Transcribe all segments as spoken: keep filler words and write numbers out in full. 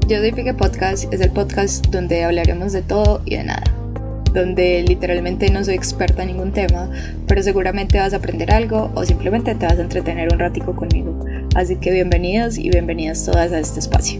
Yo soy Pique Podcast, es el podcast donde hablaremos de todo y de nada, donde literalmente no soy experta en ningún tema, pero seguramente vas a aprender algo o simplemente te vas a entretener un ratico conmigo. Así que bienvenidos y bienvenidas todas a este espacio.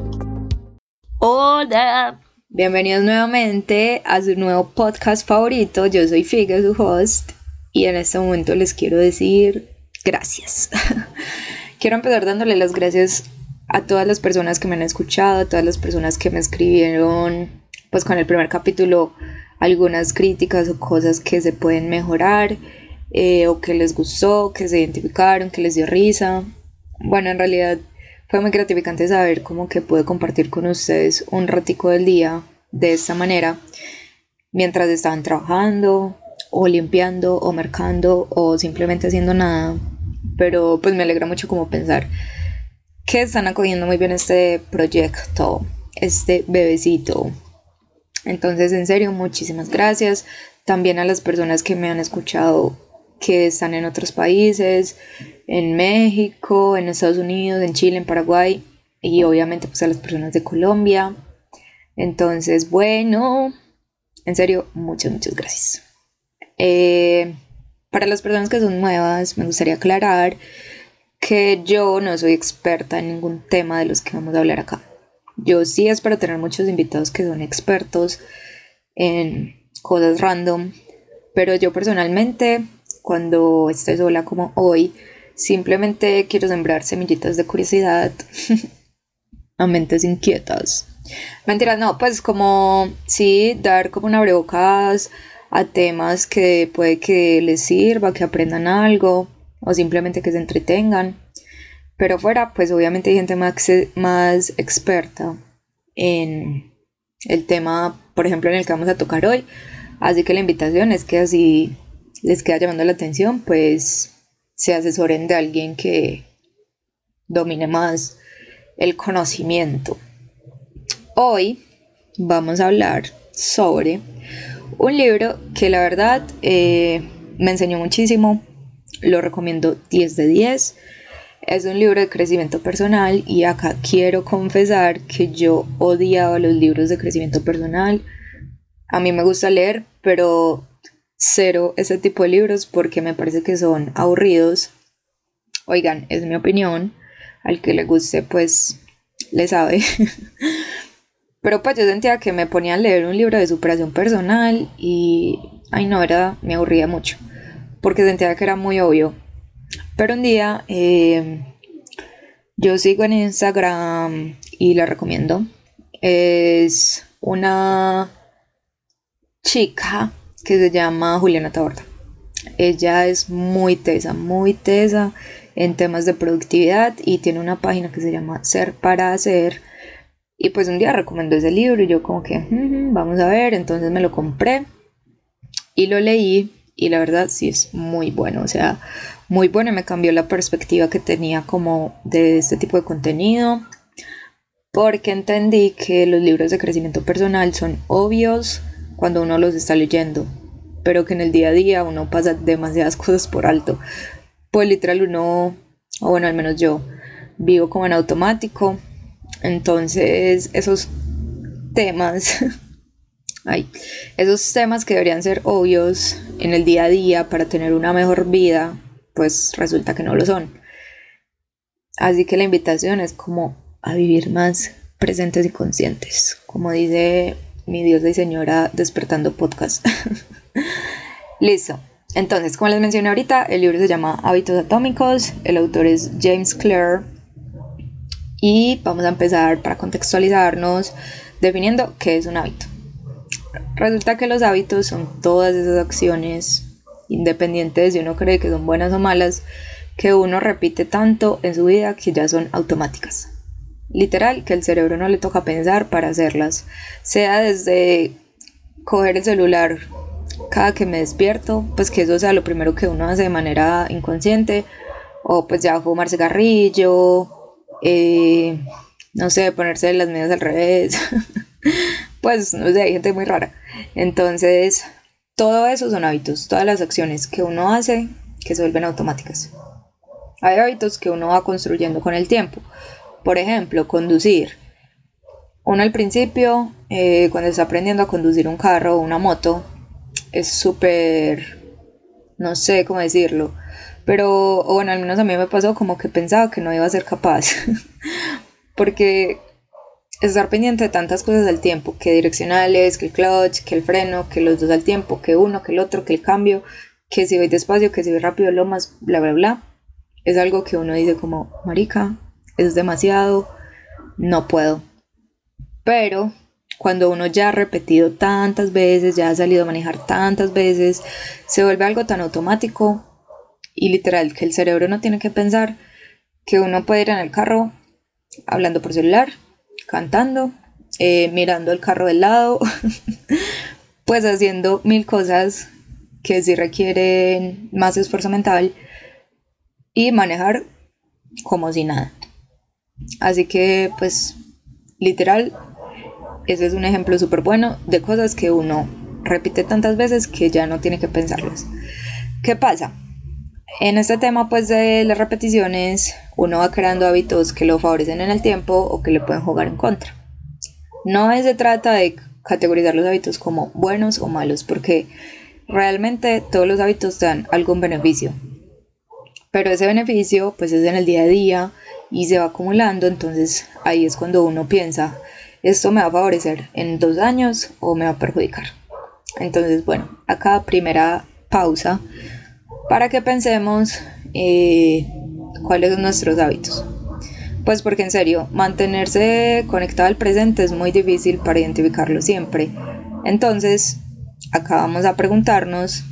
Hola. Bienvenidos nuevamente a su nuevo podcast favorito. Yo soy Figue, su host, y en este momento les quiero decir gracias. Quiero empezar dándole las gracias a todas las personas que me han escuchado, a todas las personas que me escribieron, pues con el primer capítulo, algunas críticas o cosas que se pueden mejorar, eh, o que les gustó, que se identificaron, que les dio risa. Bueno, en realidad fue muy gratificante saber cómo que pude compartir con ustedes un ratico del día de esta manera, mientras estaban trabajando, o limpiando, o mercando, o simplemente haciendo nada. Pero pues me alegra mucho como pensar que están acogiendo muy bien este proyecto, este bebecito. Entonces, en serio, muchísimas gracias. También a las personas que me han escuchado que están en otros países, en México, en Estados Unidos, en Chile, en Paraguay, y obviamente pues a las personas de Colombia. Entonces, bueno, en serio, muchas, muchas gracias. Eh, para las personas que son nuevas, me gustaría aclarar que yo no soy experta en ningún tema de los que vamos a hablar acá. Yo sí espero tener muchos invitados que son expertos en cosas random, pero yo personalmente, cuando esté sola como hoy, simplemente quiero sembrar semillitas de curiosidad a mentes inquietas. Mentira, no, pues como sí, dar como un abrebocas a temas que puede que les sirva, que aprendan algo o simplemente que se entretengan. Pero fuera, pues obviamente hay gente más, más experta en el tema, por ejemplo, en el que vamos a tocar hoy. Así que la invitación es que así les queda llamando la atención, pues se asesoren de alguien que domine más el conocimiento. Hoy vamos a hablar sobre un libro que la verdad eh, me enseñó muchísimo. Lo recomiendo diez de diez. Es un libro de crecimiento personal y acá quiero confesar que yo odiaba los libros de crecimiento personal. A mí me gusta leer, pero cero ese tipo de libros porque me parece que son aburridos. Oigan, es mi opinión. Al que le guste, pues le sabe. Pero pues yo sentía que me ponía a leer un libro de superación personal y, ay no, era, me aburría mucho porque sentía que era muy obvio. Pero un día eh, yo sigo en Instagram y la recomiendo. Es una chica que se llama Juliana Taborda. Ella es muy tesa, muy tesa en temas de productividad y tiene una página que se llama Ser para Hacer. Y pues un día recomendó ese libro y yo como que mmm, vamos a ver, entonces me lo compré y lo leí y la verdad sí es muy bueno, o sea, muy bueno y me cambió la perspectiva que tenía como de este tipo de contenido, porque entendí que los libros de crecimiento personal son obvios cuando uno los está leyendo, pero que en el día a día uno pasa demasiadas cosas por alto. Pues literal uno, o bueno, al menos yo, vivo como en automático. Entonces esos temas, ay, esos temas que deberían ser obvios en el día a día para tener una mejor vida, pues resulta que no lo son. Así que la invitación es como a vivir más presentes y conscientes, como dice mi diosa y señora Despertando Podcast. Listo. Entonces, como les mencioné ahorita, el libro se llama Hábitos Atómicos, el autor es James Clear. Y vamos a empezar para contextualizarnos definiendo qué es un hábito. Resulta que los hábitos son todas esas acciones, independientes de si uno cree que son buenas o malas, que uno repite tanto en su vida que ya son automáticas. Literal, que el cerebro no le toca pensar para hacerlas. Sea desde coger el celular cada que me despierto, pues que eso sea lo primero que uno hace de manera inconsciente, o pues ya fumar cigarrillo, Eh, no sé, ponerse las medias al revés. Pues no sé, hay gente muy rara. Entonces, todo eso son hábitos, todas las acciones que uno hace que se vuelven automáticas. Hay hábitos que uno va construyendo con el tiempo. Por ejemplo, conducir. Uno al principio, eh, cuando está aprendiendo a conducir un carro o una moto, es súper, no sé cómo decirlo, pero o bueno, al menos a mí me pasó como que pensaba que no iba a ser capaz, porque estar pendiente de tantas cosas al tiempo, que direccionales, que el clutch, que el freno, que los dos al tiempo, que uno, que el otro, que el cambio, que si voy despacio, que si voy rápido, lo más, bla, bla, bla, es algo que uno dice como, marica, es demasiado, no puedo. Pero cuando uno ya ha repetido tantas veces, ya ha salido a manejar tantas veces, se vuelve algo tan automático y literal que el cerebro no tiene que pensar, que uno puede ir en el carro hablando por celular, cantando, eh, mirando el carro del lado, pues haciendo mil cosas que sí requieren más esfuerzo mental y manejar como si nada. Así que pues literal, ese es un ejemplo súper bueno de cosas que uno repite tantas veces que ya no tiene que pensarlas. ¿Qué pasa? En este tema pues de las repeticiones, uno va creando hábitos que lo favorecen en el tiempo o que le pueden jugar en contra. No se trata de categorizar los hábitos como buenos o malos, porque realmente todos los hábitos dan algún beneficio. Pero ese beneficio pues es en el día a día y se va acumulando, entonces ahí es cuando uno piensa, esto me va a favorecer en dos años o me va a perjudicar. Entonces bueno, acá primera pausa para que pensemos eh, cuáles son nuestros hábitos. Pues porque en serio, mantenerse conectado al presente es muy difícil para identificarlo siempre. Entonces, acá vamos a preguntarnos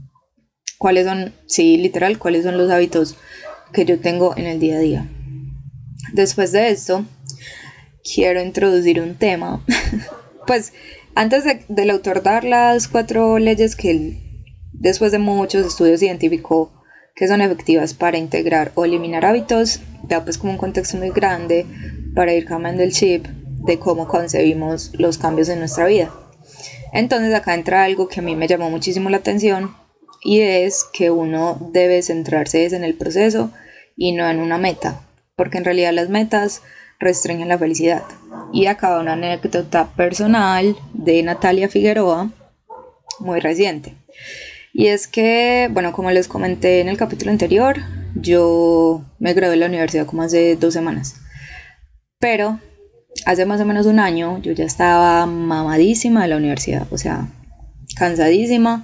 cuáles son, sí, literal, cuáles son los hábitos que yo tengo en el día a día. Después de esto, quiero introducir un tema. Pues antes de, del autor dar las cuatro leyes que él, después de muchos estudios, identificó que son efectivas para integrar o eliminar hábitos, da pues como un contexto muy grande para ir cambiando el chip de cómo concebimos los cambios en nuestra vida. Entonces acá entra algo que a mí me llamó muchísimo la atención y es que uno debe centrarse en el proceso y no en una meta, porque en realidad las metas restringen la felicidad. Y acá una anécdota personal de Natalia Figueroa, muy reciente. Y es que, bueno, como les comenté en el capítulo anterior, yo me gradué de la universidad como hace dos semanas. Pero hace más o menos un año yo ya estaba mamadísima de la universidad, o sea, cansadísima.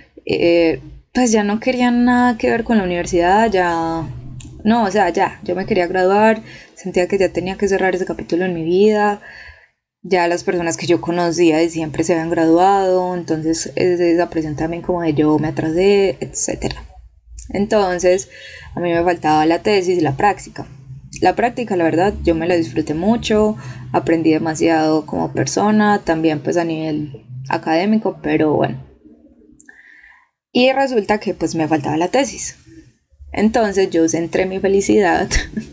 Eh, pues ya no quería nada que ver con la universidad, ya... No, o sea, ya, yo me quería graduar, sentía que ya tenía que cerrar ese capítulo en mi vida. Ya las personas que yo conocía de siempre se habían graduado, entonces es esa presión también como de yo me atrasé, etcétera. Entonces a mí me faltaba la tesis y la práctica. La práctica, la verdad, yo me la disfruté mucho, aprendí demasiado como persona, también pues a nivel académico, pero bueno. Y resulta que pues me faltaba la tesis. Entonces yo centré mi felicidad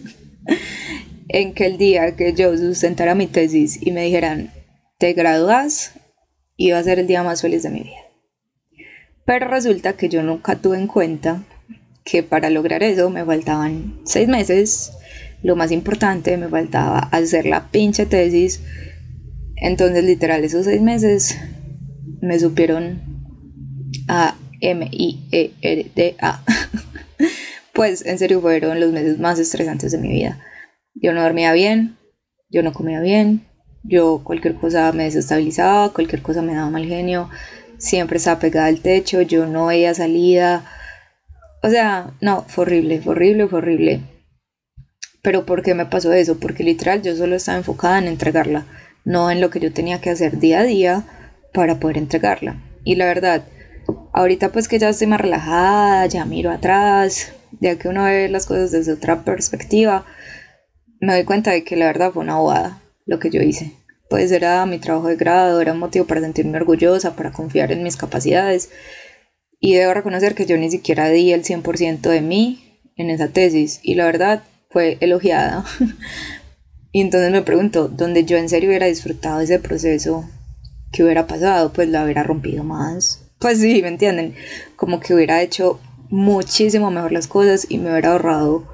en que el día que yo sustentara mi tesis y me dijeran, te gradúas, iba a ser el día más feliz de mi vida. Pero resulta que yo nunca tuve en cuenta que para lograr eso me faltaban seis meses. Lo más importante, me faltaba hacer la pinche tesis. Entonces, literal, esos seis meses me supieron a M I E R D A. Pues en serio fueron los meses más estresantes de mi vida. Yo no dormía bien, yo no comía bien, yo cualquier cosa me desestabilizaba, cualquier cosa me daba mal genio, siempre estaba pegada al techo, yo no veía salida. O sea, no, fue horrible, fue horrible, fue horrible. Pero ¿por qué me pasó eso? Porque literal yo solo estaba enfocada en entregarla, no en lo que yo tenía que hacer día a día para poder entregarla. Y la verdad, ahorita pues que ya estoy más relajada, ya miro atrás, ya que uno ve las cosas desde otra perspectiva, me doy cuenta de que la verdad fue una bobada lo que yo hice. Pues era mi trabajo de grado, era un motivo para sentirme orgullosa, para confiar en mis capacidades. Y debo reconocer que yo ni siquiera di el cien por ciento de mí en esa tesis. Y la verdad fue elogiada. Y entonces me pregunto, ¿dónde yo en serio hubiera disfrutado ese proceso? ¿Qué hubiera pasado? Pues la hubiera rompido más. Pues sí, ¿me entienden? Como que hubiera hecho muchísimo mejor las cosas y me hubiera ahorrado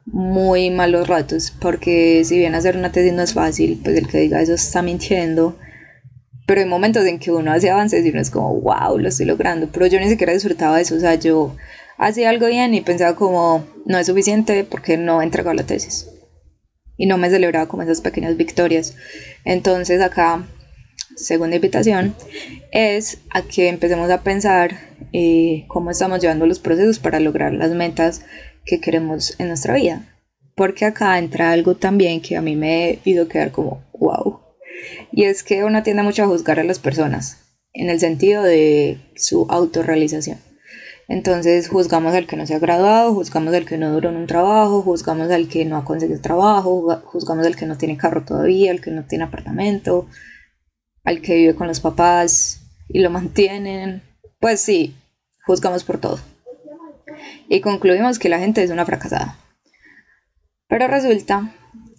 muy malos ratos, porque si bien hacer una tesis no es fácil, pues el que diga eso está mintiendo, pero hay momentos en que uno hace avances y uno es como, wow, lo estoy logrando, pero yo ni siquiera disfrutaba eso, o sea, yo hacía algo bien y pensaba como, no es suficiente porque no he entregado la tesis, y no me celebraba como esas pequeñas victorias. Entonces acá, segunda invitación, es a que empecemos a pensar eh, cómo estamos llevando los procesos para lograr las metas que queremos en nuestra vida. Porque acá entra algo también que a mí me hizo quedar como, wow. Y es que uno tiende mucho a juzgar a las personas en el sentido de su autorrealización. Entonces juzgamos al que no se ha graduado, juzgamos al que no duró en un trabajo, juzgamos al que no ha conseguido trabajo, juzgamos al que no tiene carro todavía, al que no tiene apartamento, al que vive con los papás y lo mantienen. Pues sí, juzgamos por todo. Y concluimos que la gente es una fracasada. Pero resulta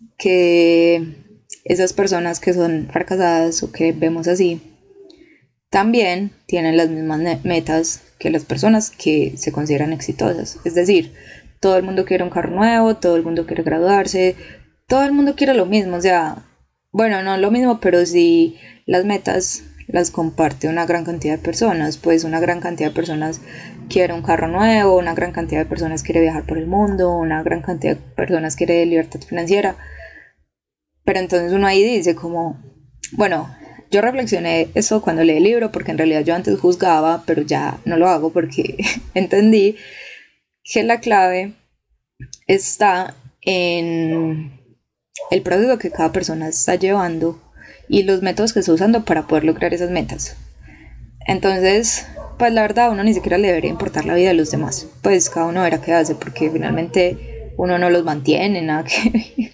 que esas personas que son fracasadas o que vemos así, también tienen las mismas metas que las personas que se consideran exitosas. Es decir, todo el mundo quiere un carro nuevo, todo el mundo quiere graduarse, todo el mundo quiere lo mismo. O sea, bueno, no lo mismo, pero sí las metas las comparte una gran cantidad de personas. Pues una gran cantidad de personas quiere un carro nuevo, una gran cantidad de personas quiere viajar por el mundo, una gran cantidad de personas quiere libertad financiera. Pero entonces uno ahí dice como, bueno, yo reflexioné eso cuando leí el libro, porque en realidad yo antes juzgaba, pero ya no lo hago porque entendí que la clave está en el proceso que cada persona está llevando y los métodos que está usando para poder lograr esas metas. Entonces, pues la verdad, a uno ni siquiera le debería importar la vida de los demás. Pues cada uno verá qué hace, porque finalmente uno no los mantiene, nada que...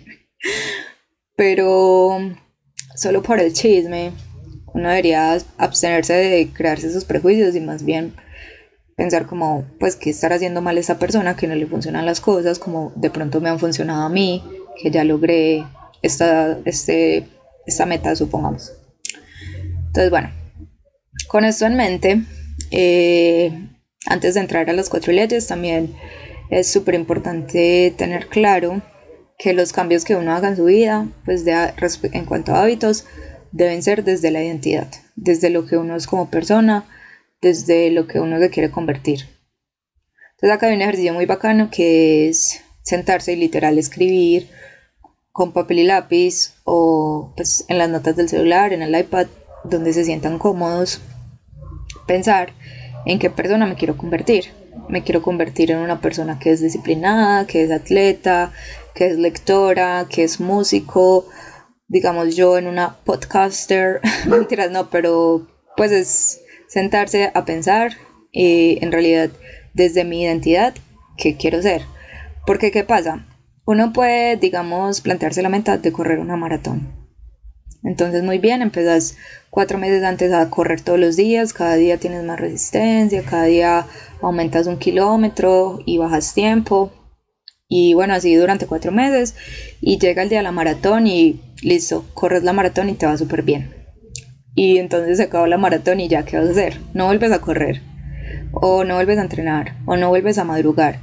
Pero solo por el chisme, uno debería abstenerse de crearse esos prejuicios y más bien pensar como, pues, ¿qué estará haciendo mal esa persona? Que no le funcionan las cosas, como de pronto me han funcionado a mí, que ya logré esta, este, esta meta, supongamos. Entonces, bueno, con esto en mente, eh, antes de entrar a las cuatro leyes, también es súper importante tener claro que los cambios que uno haga en su vida, pues de, en cuanto a hábitos, deben ser desde la identidad, desde lo que uno es como persona, desde lo que uno se quiere convertir. Entonces acá hay un ejercicio muy bacano que es sentarse y literal escribir con papel y lápiz o pues en las notas del celular, en el iPad, donde se sientan cómodos, pensar en qué persona me quiero convertir. Me quiero convertir en una persona que es disciplinada, que es atleta, que es lectora, que es músico, digamos yo en una podcaster, mentiras no, pero pues es sentarse a pensar eh, en realidad desde mi identidad qué quiero ser. Porque ¿qué pasa? Uno puede, digamos, plantearse la meta de correr una maratón. Entonces muy bien, empezás cuatro meses antes a correr todos los días, cada día tienes más resistencia, cada día aumentas un kilómetro y bajas tiempo. Y bueno, así durante cuatro meses y llega el día de la maratón y listo, corres la maratón y te va súper bien. Y entonces se acabó la maratón y ya, ¿qué vas a hacer? No vuelves a correr, o no vuelves a entrenar, o no vuelves a madrugar.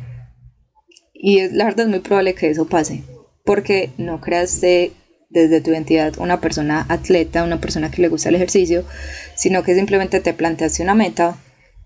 Y es, la verdad es muy probable que eso pase, porque no creaste desde tu identidad una persona atleta, una persona que le gusta el ejercicio, sino que simplemente te planteaste una meta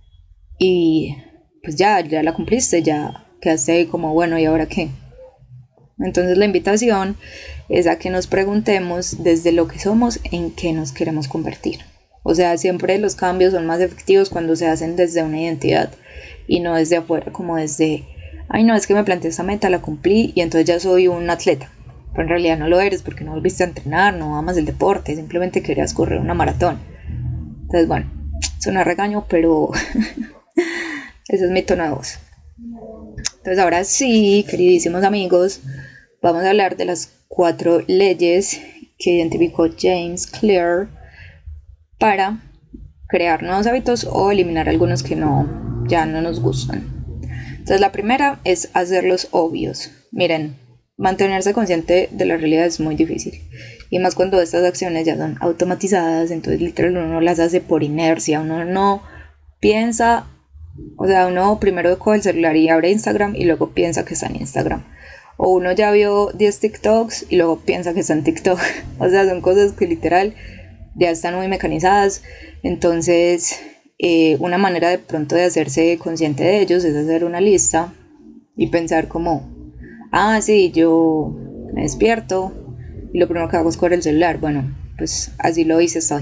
y pues ya, ya la cumpliste, ya quedaste ahí como, bueno, ¿y ahora qué? Entonces la invitación es a que nos preguntemos desde lo que somos en qué nos queremos convertir. O sea, siempre los cambios son más efectivos cuando se hacen desde una identidad y no desde afuera, como desde, ay no, es que me planteé esta meta, la cumplí y entonces ya soy un atleta. Pero en realidad no lo eres porque no volviste a entrenar, no amas el deporte, simplemente querías correr una maratón. Entonces bueno, suena regaño, pero ese es mi tono de voz. Entonces ahora sí, queridísimos amigos, vamos a hablar de las cuatro leyes que identificó James Clear para crear nuevos hábitos o eliminar algunos que no, ya no nos gustan. Entonces la primera es hacerlos obvios. Miren, mantenerse consciente de la realidad es muy difícil. Y más cuando estas acciones ya son automatizadas, entonces literal uno las hace por inercia, uno no piensa, o sea, uno primero coge el celular y abre Instagram y luego piensa que está en Instagram. O uno ya vio diez TikToks y luego piensa que está en TikTok. O sea, son cosas que literal ya están muy mecanizadas. Entonces, eh, una manera de pronto de hacerse consciente de ellos es hacer una lista y pensar como, ah, sí, yo me despierto y lo primero que hago es coger el celular. Bueno, pues así lo hice hoy.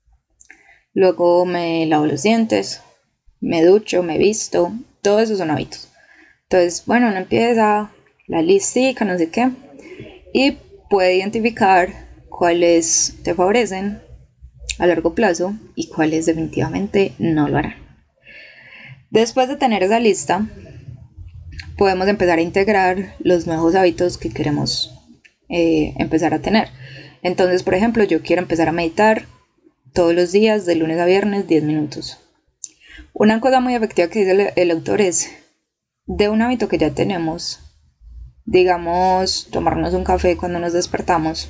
Luego me lavo los dientes, me ducho, me visto, todo eso son hábitos. Entonces, bueno, uno empieza la listica, no sé qué, y puede identificar cuáles te favorecen a largo plazo y cuáles definitivamente no lo harán. Después de tener esa lista, podemos empezar a integrar los nuevos hábitos que queremos eh, empezar a tener. Entonces, por ejemplo, yo quiero empezar a meditar todos los días, de lunes a viernes, diez minutos. Una cosa muy efectiva que dice el, el autor es, de un hábito que ya tenemos, digamos, tomarnos un café cuando nos despertamos,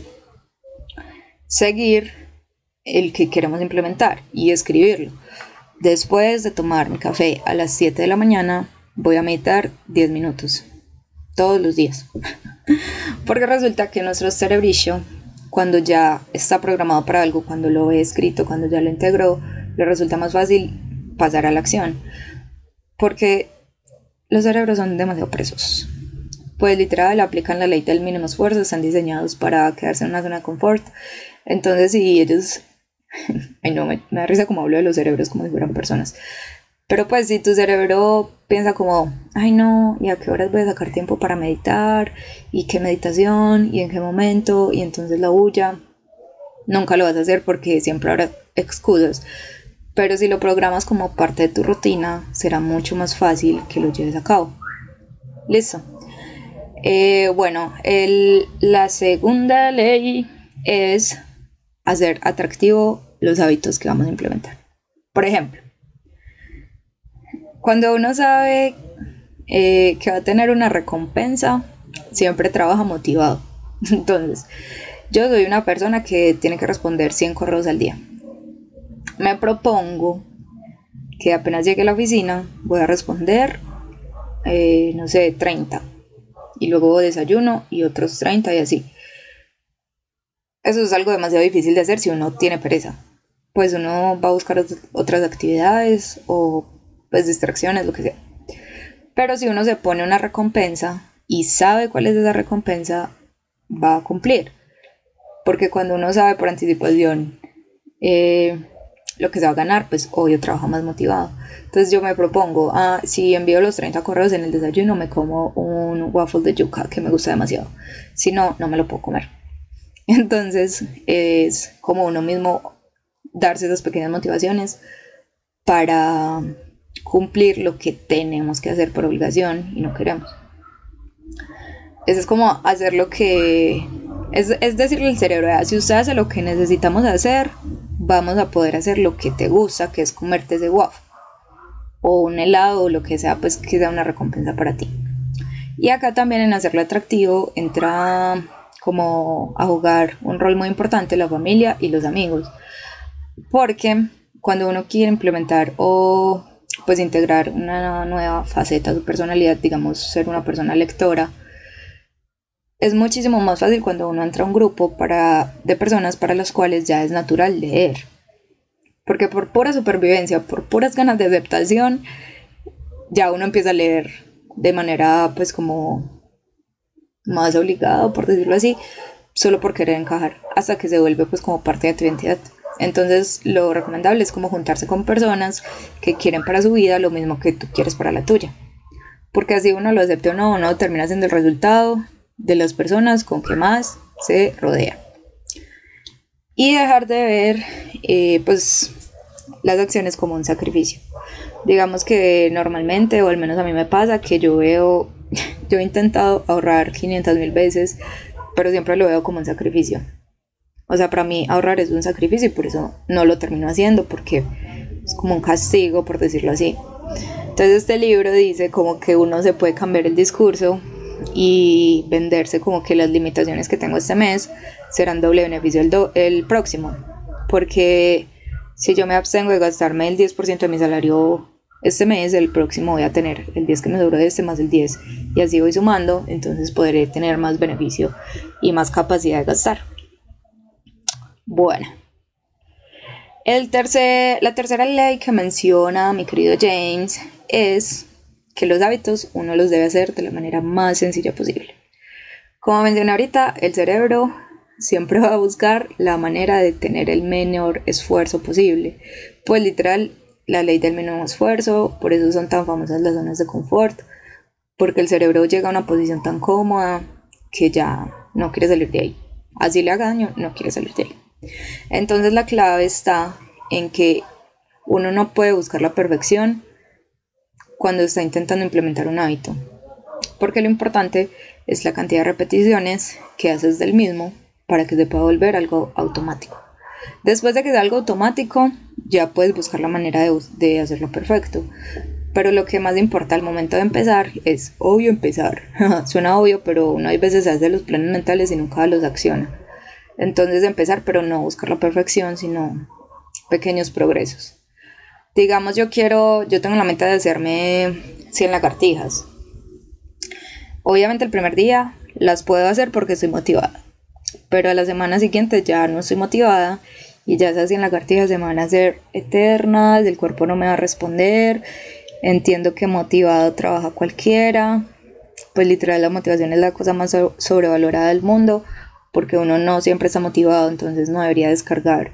seguir el que queremos implementar y escribirlo. Después de tomar mi café a las siete de la mañana, voy a meditar diez minutos, todos los días. Porque resulta que nuestro cerebrillo, cuando ya está programado para algo, cuando lo ve escrito, cuando ya lo integró, le resulta más fácil pasar a la acción. Porque los cerebros son demasiado presos. Pues literal aplican la ley del mínimo esfuerzo, están diseñados para quedarse en una zona de confort. Entonces, si ellos... Ay no, me, me da risa como hablo de los cerebros como si fueran personas. Pero pues si tu cerebro piensa como, ay no, ¿y a qué horas voy a sacar tiempo para meditar? ¿Y qué meditación? ¿Y en qué momento? Y entonces la bulla. Nunca lo vas a hacer porque siempre habrá excusas. Pero si lo programas como parte de tu rutina, será mucho más fácil que lo lleves a cabo. Listo. Eh, bueno, el, la segunda ley es hacer atractivo los hábitos que vamos a implementar. Por ejemplo, cuando uno sabe eh, que va a tener una recompensa, siempre trabaja motivado. Entonces, yo soy una persona que tiene que responder cien correos al día. Me propongo que apenas llegue a la oficina voy a responder, eh, no sé, treinta. Y luego desayuno y otros treinta y así. Eso es algo demasiado difícil de hacer si uno tiene pereza. Pues uno va a buscar otras actividades o pues distracciones, lo que sea. Pero si uno se pone una recompensa y sabe cuál es esa recompensa, va a cumplir. Porque cuando uno sabe por anticipación eh, lo que se va a ganar, pues obvio trabaja más motivado. Entonces yo me propongo, ah, si envío los treinta correos en el desayuno, me como un waffle de yuca que me gusta demasiado. Si no, no me lo puedo comer. Entonces es como uno mismo darse esas pequeñas motivaciones para cumplir lo que tenemos que hacer por obligación y no queremos. Eso es como hacer lo que... Es, es decirle al cerebro, si usted hace lo que necesitamos hacer, vamos a poder hacer lo que te gusta, que es comerte ese waffle o un helado o lo que sea, pues que sea una recompensa para ti. Y acá también en hacerlo atractivo entra como a jugar un rol muy importante la familia y los amigos, porque cuando uno quiere implementar o pues integrar una nueva faceta de su personalidad, digamos ser una persona lectora, es muchísimo más fácil cuando uno entra a un grupo para, de personas para las cuales ya es natural leer. Porque por pura supervivencia, por puras ganas de aceptación, ya uno empieza a leer de manera pues como más obligado, por decirlo así, solo por querer encajar, hasta que se vuelve pues como parte de tu identidad. Entonces lo recomendable es como juntarse con personas que quieren para su vida lo mismo que tú quieres para la tuya. Porque así uno lo acepte o no, uno termina siendo el resultado de las personas con que más se rodea. Y dejar de ver eh, pues las acciones como un sacrificio. Digamos que normalmente, o al menos a mí me pasa, que yo veo, yo he intentado ahorrar quinientas mil veces, pero siempre lo veo como un sacrificio. O sea, para mí ahorrar es un sacrificio y por eso no lo termino haciendo, porque es como un castigo, por decirlo así. Entonces este libro dice como que uno se puede cambiar el discurso y venderse como que las limitaciones que tengo este mes serán doble beneficio el, do- el próximo, porque si yo me abstengo de gastarme el diez por ciento de mi salario este mes, el próximo voy a tener el diez que me sobró de este más el diez, y así voy sumando, entonces podré tener más beneficio y más capacidad de gastar. Bueno, el tercer, la tercera ley que menciona mi querido James es que los hábitos uno los debe hacer de la manera más sencilla posible. Como mencioné ahorita, el cerebro siempre va a buscar la manera de tener el menor esfuerzo posible. Pues literal, la ley del mínimo esfuerzo, por eso son tan famosas las zonas de confort, porque el cerebro llega a una posición tan cómoda que ya no quiere salir de ahí. Así le haga daño, no quiere salir de ahí. Entonces la clave está en que uno no puede buscar la perfección cuando está intentando implementar un hábito, porque lo importante es la cantidad de repeticiones que haces del mismo para que se pueda volver algo automático. Después de que sea algo automático, ya puedes buscar la manera de, de hacerlo perfecto. Pero lo que más importa al momento de empezar es, obvio, empezar. Suena obvio, pero uno hay veces hace los planes mentales y nunca los acciona. Entonces empezar, pero no buscar la perfección, sino pequeños progresos. Digamos, yo quiero, yo tengo la meta de hacerme cien lagartijas. Obviamente el primer día las puedo hacer porque estoy motivada, pero a la semana siguiente ya no estoy motivada y ya esas cien lagartijas se me van a hacer eternas, el cuerpo no me va a responder. Entiendo que motivado trabaja cualquiera, pues literal la motivación es la cosa más sobrevalorada del mundo, porque uno no siempre está motivado, entonces no debería descargar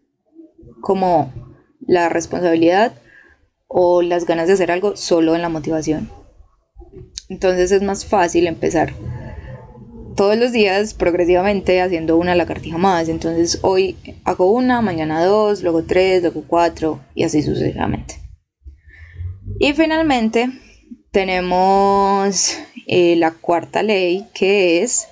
como la responsabilidad o las ganas de hacer algo solo en la motivación. Entonces es más fácil empezar todos los días progresivamente haciendo una lagartija más. Entonces hoy hago una, mañana dos, luego tres, luego cuatro y así sucesivamente. Y finalmente tenemos eh, la cuarta ley, que es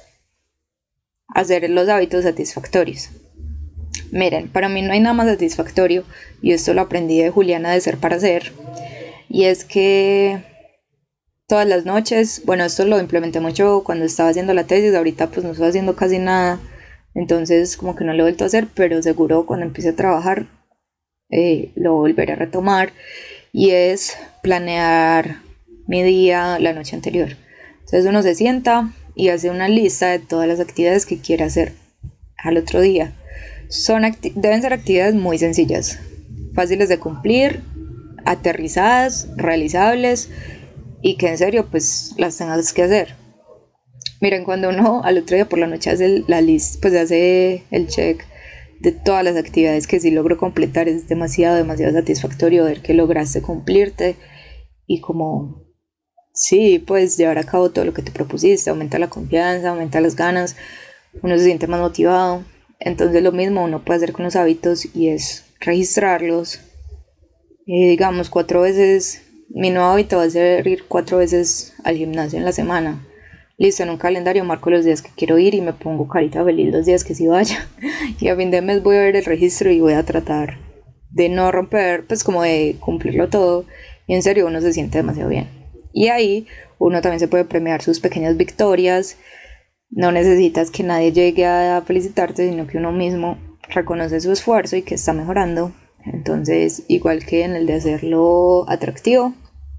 hacer los hábitos satisfactorios. Miren, para mí no hay nada más satisfactorio, y esto lo aprendí de Juliana de Ser para Ser, y es que todas las noches, bueno, esto lo implementé mucho cuando estaba haciendo la tesis, ahorita pues no estoy haciendo casi nada, entonces como que no lo he vuelto a hacer, pero seguro cuando empiece a trabajar eh, lo volveré a retomar, y es planear mi día la noche anterior. Entonces uno se sienta y hace una lista de todas las actividades que quiere hacer al otro día. Son acti- deben ser actividades muy sencillas, fáciles de cumplir, aterrizadas, realizables y que en serio pues las tengas que hacer. Miren, cuando uno al otro día por la noche hace la lista, pues hace el check de todas las actividades que sí logro completar, es demasiado, demasiado satisfactorio ver que lograste cumplirte y como sí, pues llevar a cabo todo lo que te propusiste, aumenta la confianza, aumenta las ganas, uno se siente más motivado. Entonces lo mismo uno puede hacer con los hábitos y es registrarlos, eh, digamos cuatro veces. Mi nuevo hábito va a ser ir cuatro veces al gimnasio en la semana. Listo, en un calendario marco los días que quiero ir y me pongo carita feliz los días que sí vaya. Y a fin de mes voy a ver el registro y voy a tratar de no romper, pues como de cumplirlo todo. Y en serio uno se siente demasiado bien. Y ahí uno también se puede premiar sus pequeñas victorias. No necesitas que nadie llegue a felicitarte, sino que uno mismo reconoce su esfuerzo y que está mejorando. Entonces, igual que en el de hacerlo atractivo,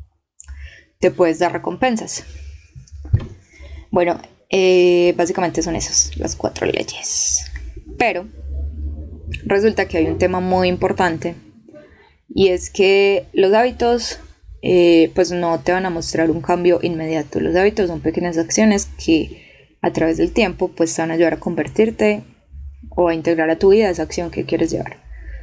te puedes dar recompensas. Bueno, eh, básicamente son esas las cuatro leyes. Pero resulta que hay un tema muy importante, y es que los hábitos eh, pues no te van a mostrar un cambio inmediato. Los hábitos son pequeñas acciones que a través del tiempo pues te van a ayudar a convertirte o a integrar a tu vida esa acción que quieres llevar.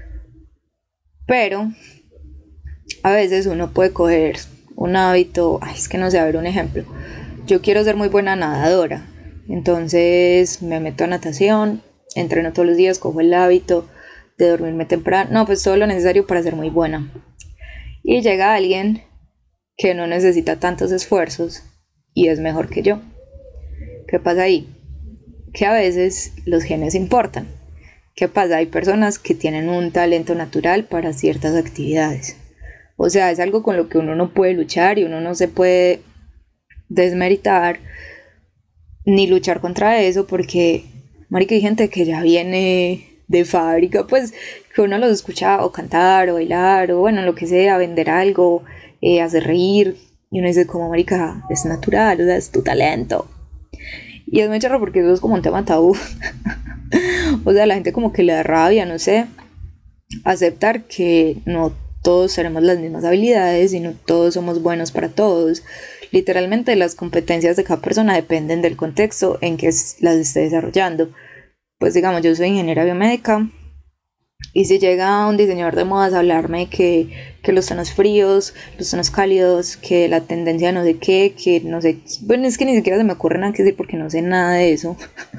Pero a veces uno puede coger un hábito, ay, es que no sé, a ver un ejemplo. Yo quiero ser muy buena nadadora, entonces me meto a natación, entreno todos los días, cojo el hábito de dormirme temprano, no, pues todo lo necesario para ser muy buena. Y llega alguien que no necesita tantos esfuerzos y es mejor que yo. ¿Qué pasa ahí? Que a veces los genes importan. ¿Qué pasa? Hay personas que tienen un talento natural para ciertas actividades. O sea, es algo con lo que uno no puede luchar y uno no se puede desmeritar ni luchar contra eso, porque marica, hay gente que ya viene de fábrica, pues que uno los escucha o cantar o bailar o bueno, lo que sea, vender algo, eh, hacer reír, y uno dice como marica, es natural, o sea, es tu talento. Y es muy charro porque eso es como un tema tabú. O sea, la gente como que le da rabia, no sé, aceptar que no todos tenemos las mismas habilidades y no todos somos buenos para todos. Literalmente las competencias de cada persona dependen del contexto en que las esté desarrollando. Pues digamos, yo soy ingeniera biomédica y si llega un diseñador de modas a hablarme que, que los tonos fríos, los tonos cálidos, que la tendencia no sé qué, que no sé, bueno, es que ni siquiera se me ocurre nada que decir porque no sé nada de eso.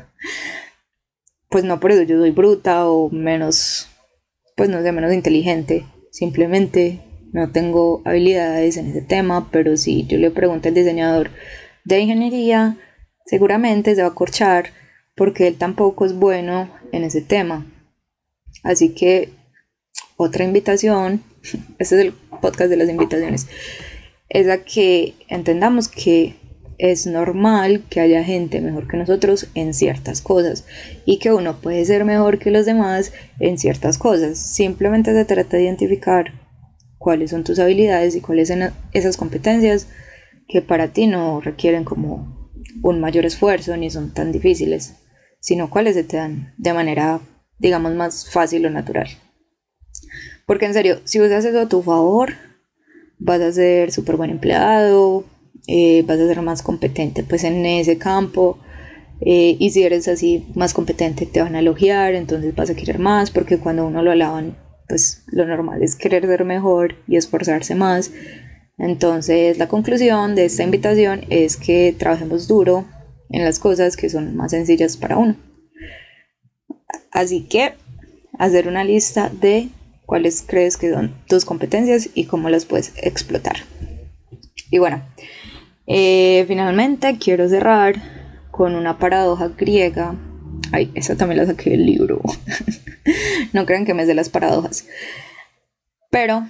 Pues no por eso yo soy bruta o menos, pues no sé, menos inteligente. Simplemente no tengo habilidades en ese tema, pero si yo le pregunto al diseñador de ingeniería, seguramente se va a corchar porque él tampoco es bueno en ese tema. Así que otra invitación, este es el podcast de las invitaciones, es a que entendamos que es normal que haya gente mejor que nosotros en ciertas cosas y que uno puede ser mejor que los demás en ciertas cosas. Simplemente se trata de identificar cuáles son tus habilidades y cuáles son esas competencias que para ti no requieren como un mayor esfuerzo ni son tan difíciles, sino cuáles se te dan de manera, digamos, más fácil o natural. Porque en serio, si usas eso a tu favor, vas a ser súper buen empleado, eh, vas a ser más competente pues en ese campo, eh, y si eres así más competente te van a elogiar, entonces vas a querer más, porque cuando uno lo alaban pues lo normal es querer ser mejor y esforzarse más. Entonces la conclusión de esta invitación es que trabajemos duro en las cosas que son más sencillas para uno. Así que hacer una lista de cuáles crees que son tus competencias y cómo las puedes explotar. Y bueno, eh, finalmente quiero cerrar con una paradoja griega. Ay, esa también la saqué del libro. No crean que me sé las paradojas. Pero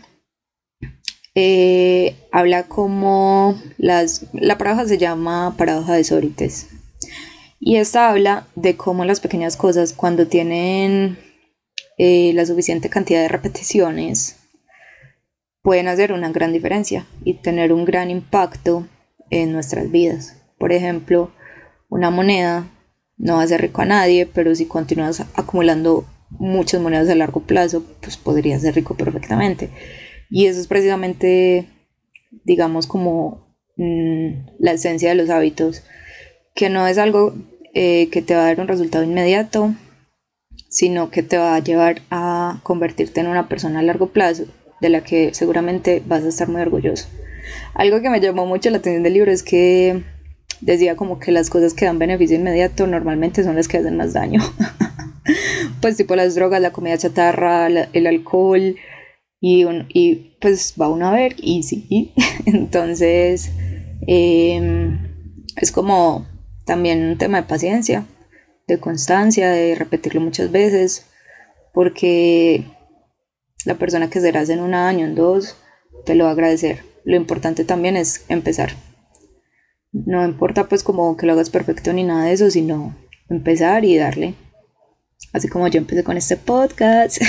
eh, habla como las... La paradoja se llama paradoja de Sócrates. Y esta habla de cómo las pequeñas cosas, cuando tienen eh, la suficiente cantidad de repeticiones, pueden hacer una gran diferencia y tener un gran impacto en nuestras vidas. Por ejemplo, una moneda no va a hacer rico a nadie, pero si continúas acumulando muchas monedas a largo plazo, pues podrías ser rico perfectamente. Y eso es precisamente, digamos, como mmm, la esencia de los hábitos, que no es algo eh, que te va a dar un resultado inmediato, sino que te va a llevar a convertirte en una persona a largo plazo de la que seguramente vas a estar muy orgulloso. Algo que me llamó mucho la atención del libro es que decía como que las cosas que dan beneficio inmediato normalmente son las que hacen más daño. Pues tipo las drogas, la comida chatarra, la, el alcohol, y, un, y pues va uno a ver y sí. Entonces eh, es como también un tema de paciencia, de constancia, de repetirlo muchas veces, porque la persona que serás en un año, en dos, te lo va a agradecer. Lo importante también es empezar. No importa pues como que lo hagas perfecto ni nada de eso, sino empezar y darle. Así como yo empecé con este podcast.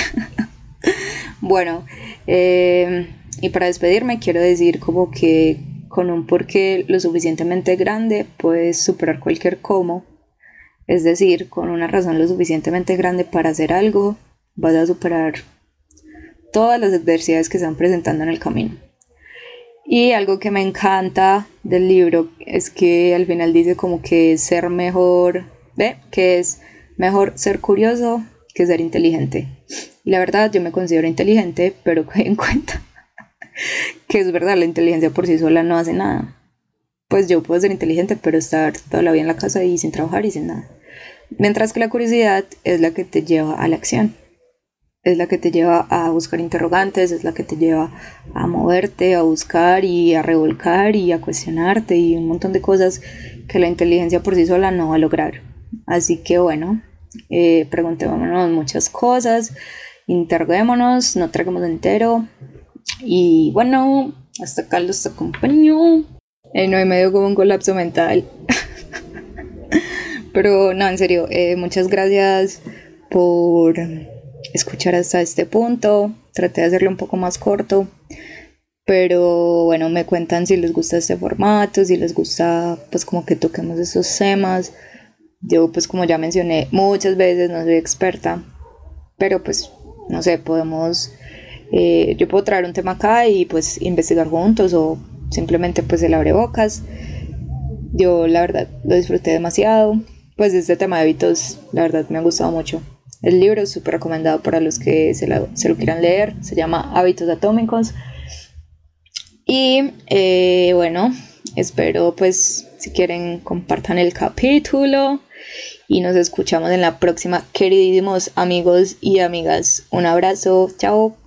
Bueno, eh, y para despedirme quiero decir como que con un porqué lo suficientemente grande puedes superar cualquier cómo. Es decir, con una razón lo suficientemente grande para hacer algo, vas a superar todas las adversidades que se van presentando en el camino. Y algo que me encanta del libro es que al final dice como que ser mejor, ¿ve? Que es mejor ser curioso que ser inteligente. Y la verdad yo me considero inteligente, pero que en cuenta que es verdad, la inteligencia por sí sola no hace nada. Pues yo puedo ser inteligente, pero estar toda la vida en la casa y sin trabajar y sin nada. Mientras que la curiosidad es la que te lleva a la acción. Es la que te lleva a buscar interrogantes, es la que te lleva a moverte, a buscar y a revolcar y a cuestionarte y un montón de cosas que la inteligencia por sí sola no va a lograr. Así que bueno, eh, preguntémonos muchas cosas, interroguémonos, no traguemos entero. Y bueno, hasta acá los acompañó. Eh, no, me dio como un colapso mental. Pero no, en serio, eh, muchas gracias por escuchar hasta este punto. Traté de hacerlo un poco más corto, pero bueno, me cuentan si les gusta este formato, si les gusta pues como que toquemos esos temas. Yo pues como ya mencioné muchas veces, no soy experta, pero pues no sé, podemos, eh, yo puedo traer un tema acá y pues investigar juntos o simplemente pues el abrebocas. Yo la verdad lo disfruté demasiado, pues este tema de hábitos la verdad me ha gustado mucho. El libro es súper recomendado para los que se, la, se lo quieran leer, se llama Hábitos Atómicos. Y eh, bueno, espero pues si quieren compartan el capítulo y nos escuchamos en la próxima, queridísimos amigos y amigas. Un abrazo, chao.